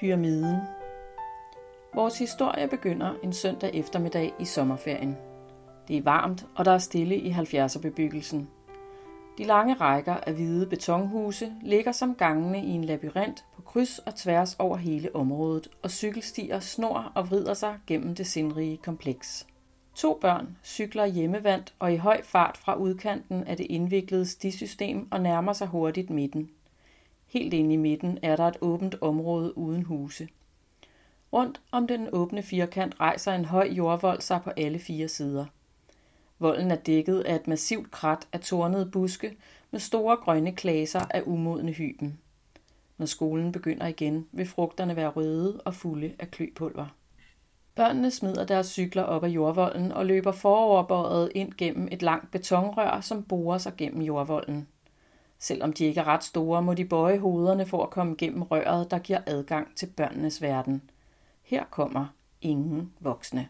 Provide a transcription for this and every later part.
Pyramiden. Vores historie begynder en søndag eftermiddag i sommerferien. Det er varmt, og der er stille i 70'er-bebyggelsen. De lange rækker af hvide betonhuse ligger som gangene i en labyrint på kryds og tværs over hele området, og cykelstier snor og vrider sig gennem det sindrige kompleks. 2 børn cykler hjemmevandt og i høj fart fra udkanten af det indviklede stisystem og nærmer sig hurtigt midten. Helt inde i midten er der et åbent område uden huse. Rundt om den åbne firkant rejser en høj jordvold sig på alle 4 sider. Volden er dækket af et massivt krat af tornede buske med store grønne klaser af umodne hyben. Når skolen begynder igen, vil frugterne være røde og fulde af kløpulver. Børnene smider deres cykler op af jordvolden og løber foroverbøjet ind gennem et langt betonrør, som borer sig gennem jordvolden. Selvom de ikke er ret store, må de bøje hovederne for at komme gennem røret, der giver adgang til børnenes verden. Her kommer ingen voksne.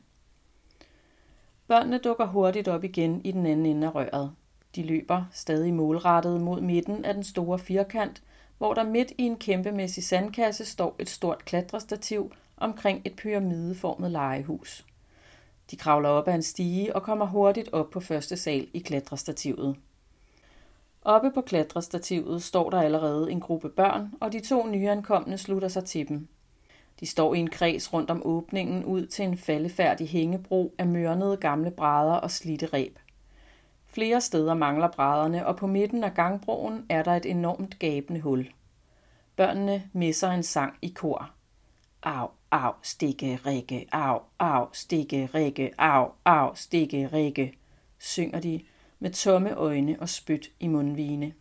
Børnene dukker hurtigt op igen i den anden ende af røret. De løber stadig målrettet mod midten af den store firkant, hvor der midt i en kæmpemæssig sandkasse står et stort klatrestativ omkring et pyramideformet legehus. De kravler op ad en stige og kommer hurtigt op på første sal i klatrestativet. Oppe på klatrestativet står der allerede en gruppe børn, og de 2 nyankomne slutter sig til dem. De står i en kreds rundt om åbningen ud til en faldefærdig hængebro af mørnede gamle brædder og slidte reb. Flere steder mangler brædderne, og på midten af gangbroen er der et enormt gabende hul. Børnene misser en sang i kor. Au, au, stikke, Rikke, au, au, stikke, Rikke, au, au, stikke, Rikke, synger de med tomme øjne og spyt i mundvigene.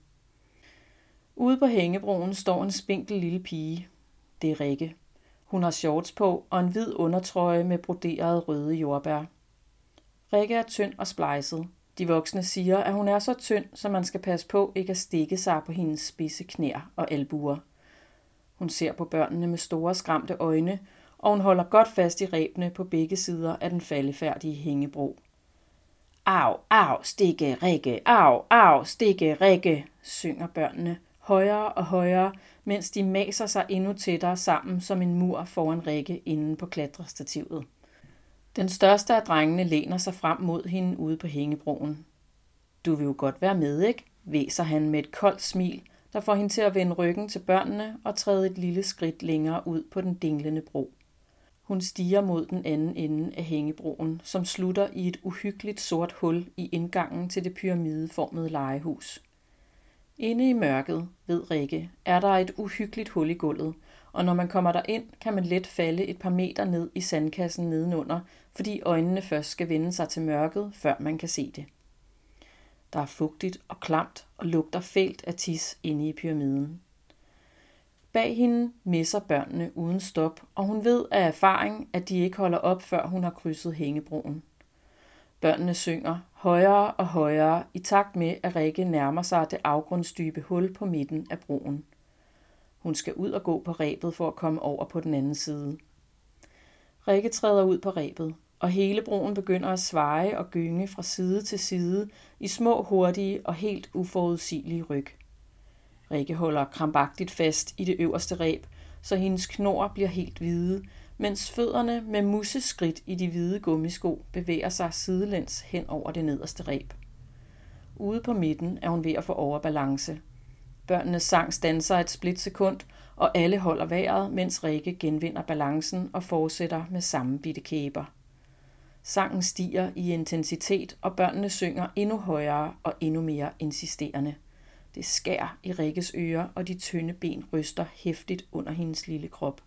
Ude på hængebroen står en spinkel lille pige. Det er Rikke. Hun har shorts på og en hvid undertrøje med broderede røde jordbær. Rikke er tynd og splejset. De voksne siger, at hun er så tynd, så man skal passe på ikke at stikke sig på hendes spidse knæer og albuer. Hun ser på børnene med store skræmte øjne, og hun holder godt fast i rebene på begge sider af den faldefærdige hængebro. Au, au, stikke, Rikke, au, au, stikke, Rikke, synger børnene højere og højere, mens de maser sig endnu tættere sammen som en mur foran Rikke inde på klatrestativet. Den største af drengene læner sig frem mod hende ude på hængebroen. Du vil jo godt være med, ikke? Væser han med et koldt smil, der får hende til at vende ryggen til børnene og træde et lille skridt længere ud på den dinglende bro. Hun stiger mod den anden ende af hængebroen, som slutter i et uhyggeligt sort hul i indgangen til det pyramideformede legehus. Inde i mørket, ved Rikke, er der et uhyggeligt hul i gulvet, og når man kommer derind, kan man let falde et par meter ned i sandkassen nedenunder, fordi øjnene først skal vende sig til mørket, før man kan se det. Der er fugtigt og klamt og lugter fælt af tis inde i pyramiden. Bag hende misser børnene uden stop, og hun ved af erfaring, at de ikke holder op, før hun har krydset hængebroen. Børnene synger højere og højere i takt med, at Rikke nærmer sig det afgrundsdybe hul på midten af broen. Hun skal ud og gå på rebet for at komme over på den anden side. Rikke træder ud på rebet, og hele broen begynder at svaje og gynge fra side til side i små, hurtige og helt uforudsigelige ryg. Rikke holder krampagtigt fast i det øverste reb, så hendes knor bliver helt hvide, mens fødderne med museskridt i de hvide gummisko bevæger sig sidelæns hen over det nederste reb. Ude på midten er hun ved at få overbalance. Børnenes sang standser et splitsekund, og alle holder vejret, mens Rikke genvinder balancen og fortsætter med sammenbitte kæber. Sangen stiger i intensitet, og børnene synger endnu højere og endnu mere insisterende. Det skær i Rikkes ører, og de tynde ben ryster heftigt under hendes lille krop.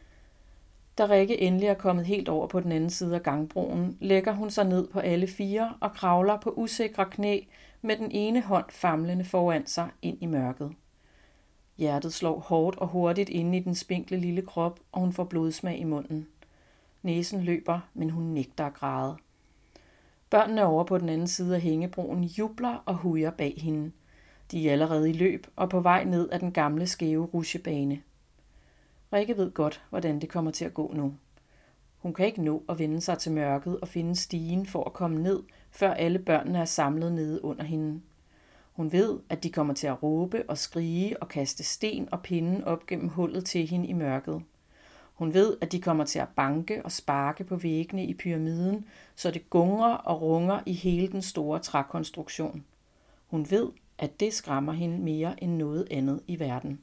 Da Rikke endelig er kommet helt over på den anden side af gangbroen, lægger hun sig ned på alle 4 og kravler på usikre knæ med den ene hånd famlende foran sig ind i mørket. Hjertet slår hårdt og hurtigt inde i den spinkle lille krop, og hun får blodsmag i munden. Næsen løber, men hun nægter at græde. Børnene over på den anden side af hængebroen jubler og hujer bag hende. De er allerede i løb og på vej ned ad den gamle skæve rutsjebane. Rikke ved godt, hvordan det kommer til at gå nu. Hun kan ikke nå at vende sig til mørket og finde stigen for at komme ned, før alle børnene er samlet nede under hende. Hun ved, at de kommer til at råbe og skrige og kaste sten og pinden op gennem hullet til hende i mørket. Hun ved, at de kommer til at banke og sparke på væggene i pyramiden, så det gungrer og runger i hele den store trækonstruktion. Hun ved, at det skræmmer hende mere end noget andet i verden.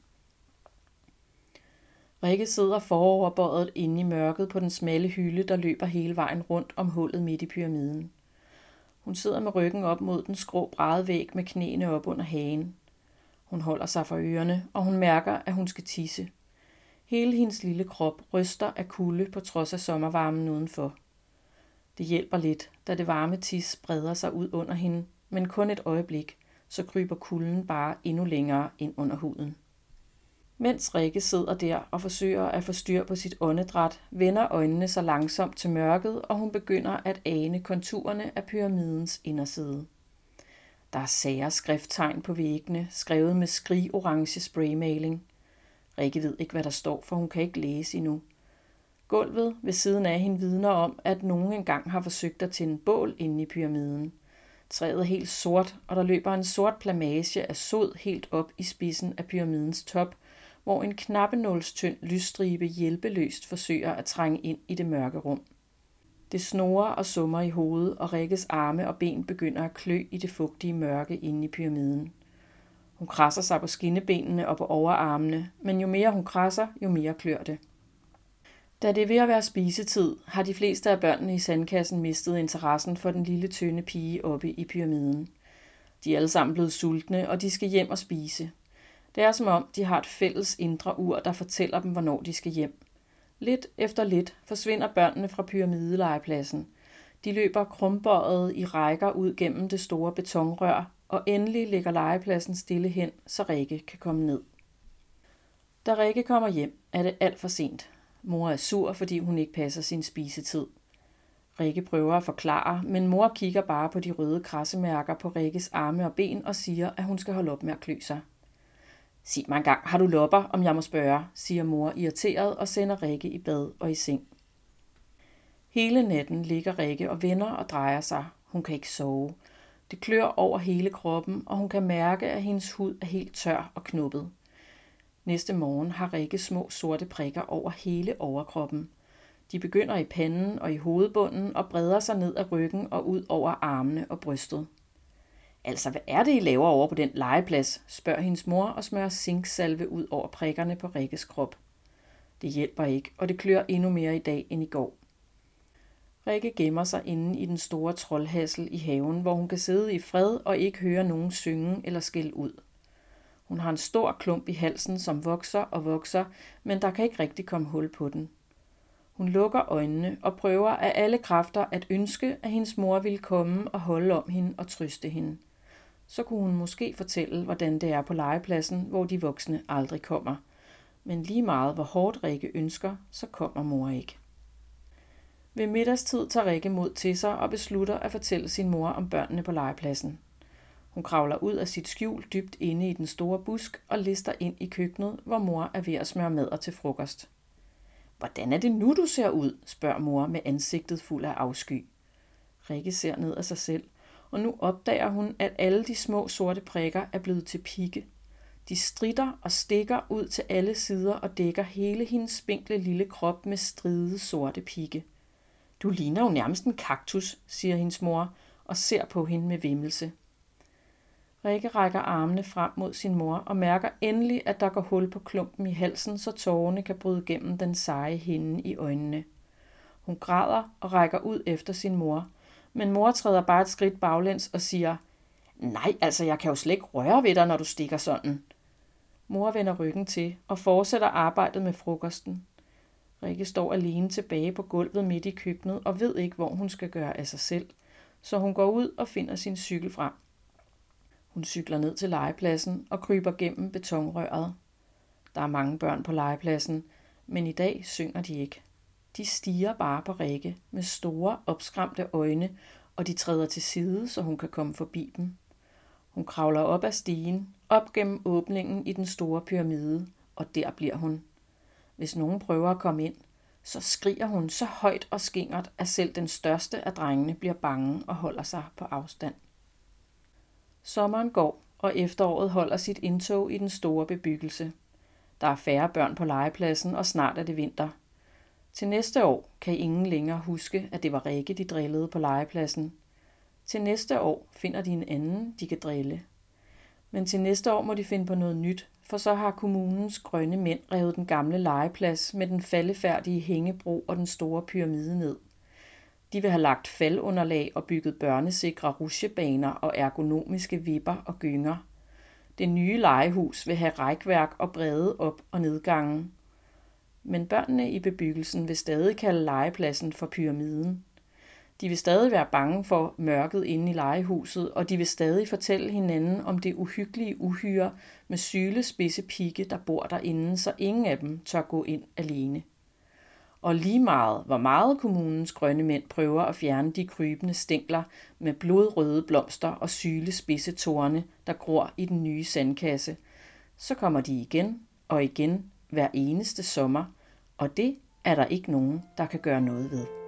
Rikke sidder foroverbøjet inde i mørket på den smalle hylde, der løber hele vejen rundt om hullet midt i pyramiden. Hun sidder med ryggen op mod den skrå brædvæg med knæene op under hagen. Hun holder sig for ørerne, og hun mærker, at hun skal tisse. Hele hendes lille krop ryster af kulde på trods af sommervarmen udenfor. Det hjælper lidt, da det varme tis breder sig ud under hende, men kun et øjeblik, så kryber kulden bare endnu længere ind under huden. Mens Rikke sidder der og forsøger at få styr på sit åndedræt, vender øjnene sig langsomt til mørket, og hun begynder at ane konturerne af pyramidens inderside. Der er sære skrifttegn på væggene, skrevet med skrigorange spraymaling. Rikke ved ikke, hvad der står, for hun kan ikke læse endnu. Gulvet ved siden af hende vidner om, at nogen engang har forsøgt at tænde bål inde i pyramiden. Træet er helt sort, og der løber en sort plamage af sod helt op i spidsen af pyramidens top, hvor en knappenålstynd lysstribe hjælpeløst forsøger at trænge ind i det mørke rum. Det snurrer og summer i hovedet, og Rikkes arme og ben begynder at klø i det fugtige mørke inde i pyramiden. Hun krasser sig på skinnebenene og på overarmene, men jo mere hun krasser, jo mere klør det. Da det er ved at være spisetid, har de fleste af børnene i sandkassen mistet interessen for den lille tynde pige oppe i pyramiden. De er alle sammen blevet sultne, og de skal hjem og spise. Det er som om, de har et fælles indre ur, der fortæller dem, hvornår de skal hjem. Lidt efter lidt forsvinder børnene fra pyramidelegepladsen. De løber krumbøjet i rækker ud gennem det store betonrør, og endelig ligger legepladsen stille hen, så Rikke kan komme ned. Da Rikke kommer hjem, er det alt for sent. Mor er sur, fordi hun ikke passer sin spisetid. Rikke prøver at forklare, men mor kigger bare på de røde krassemærker på Rikkes arme og ben og siger, at hun skal holde op med at klø sig. Sig mig engang, har du lopper, om jeg må spørge, siger mor irriteret og sender Rikke i bad og i seng. Hele natten ligger Rikke og vender og drejer sig. Hun kan ikke sove. Det klør over hele kroppen, og hun kan mærke, at hendes hud er helt tør og knuppet. Næste morgen har Rikke små sorte prikker over hele overkroppen. De begynder i panden og i hovedbunden og breder sig ned ad ryggen og ud over armene og brystet. Altså, hvad er det, I laver over på den legeplads, spørger hendes mor og smører zinksalve ud over prikkerne på Rikkes krop. Det hjælper ikke, og det klør endnu mere i dag end i går. Rikke gemmer sig inde i den store troldhassel i haven, hvor hun kan sidde i fred og ikke høre nogen synge eller skælde ud. Hun har en stor klump i halsen, som vokser og vokser, men der kan ikke rigtig komme hul på den. Hun lukker øjnene og prøver af alle kræfter at ønske, at hendes mor ville komme og holde om hende og trøste hende. Så kunne hun måske fortælle, hvordan det er på legepladsen, hvor de voksne aldrig kommer. Men lige meget hvor hårdt Rikke ønsker, så kommer mor ikke. Ved middagstid tager Rikke mod til sig og beslutter at fortælle sin mor om børnene på legepladsen. Hun kravler ud af sit skjul dybt inde i den store busk og lister ind i køkkenet, hvor mor er ved at smøre madder til frokost. Hvordan er det nu, du ser ud, spørger mor med ansigtet fuld af afsky. Rikke ser ned af sig selv, og nu opdager hun, at alle de små sorte prikker er blevet til pigge. De stritter og stikker ud til alle sider og dækker hele hendes spinkle lille krop med stride sorte pigge. Du ligner jo nærmest en kaktus, siger hendes mor og ser på hende med væmmelse. Rikke rækker armene frem mod sin mor og mærker endelig, at der går hul på klumpen i halsen, så tårerne kan bryde gennem den seje hinde i øjnene. Hun græder og rækker ud efter sin mor, men mor træder bare et skridt baglæns og siger, nej, altså jeg kan jo slet ikke røre ved dig, når du stikker sådan. Mor vender ryggen til og fortsætter arbejdet med frokosten. Rikke står alene tilbage på gulvet midt i køkkenet og ved ikke, hvor hun skal gøre af sig selv, så hun går ud og finder sin cykel frem. Hun cykler ned til legepladsen og kryber gennem betonrøret. Der er mange børn på legepladsen, men i dag synger de ikke. De stirrer bare på Rikke med store, opskræmte øjne, og de træder til side, så hun kan komme forbi dem. Hun kravler op ad stigen, op gennem åbningen i den store pyramide, og der bliver hun. Hvis nogen prøver at komme ind, så skriger hun så højt og skingert, at selv den største af drengene bliver bange og holder sig på afstand. Sommeren går, og efteråret holder sit indtog i den store bebyggelse. Der er færre børn på legepladsen, og snart er det vinter. Til næste år kan ingen længere huske, at det var Rikke, de drillede på legepladsen. Til næste år finder de en anden, de kan drille. Men til næste år må de finde på noget nyt, for så har kommunens grønne mænd revet den gamle legeplads med den faldefærdige hængebro og den store pyramide ned. De vil have lagt faldunderlag og bygget børnesikre rutsjebaner og ergonomiske vipper og gynger. Det nye legehus vil have rækværk og brede op- og nedgange. Men børnene i bebyggelsen vil stadig kalde legepladsen for pyramiden. De vil stadig være bange for mørket inde i legehuset, og de vil stadig fortælle hinanden om det uhyggelige uhyre med sylespidse pigge, der bor derinde, så ingen af dem tør gå ind alene. Og lige meget, hvor meget kommunens grønne mænd prøver at fjerne de krybende stængler med blodrøde blomster og sylespidse torne, der gror i den nye sandkasse, så kommer de igen og igen hver eneste sommer, og det er der ikke nogen, der kan gøre noget ved.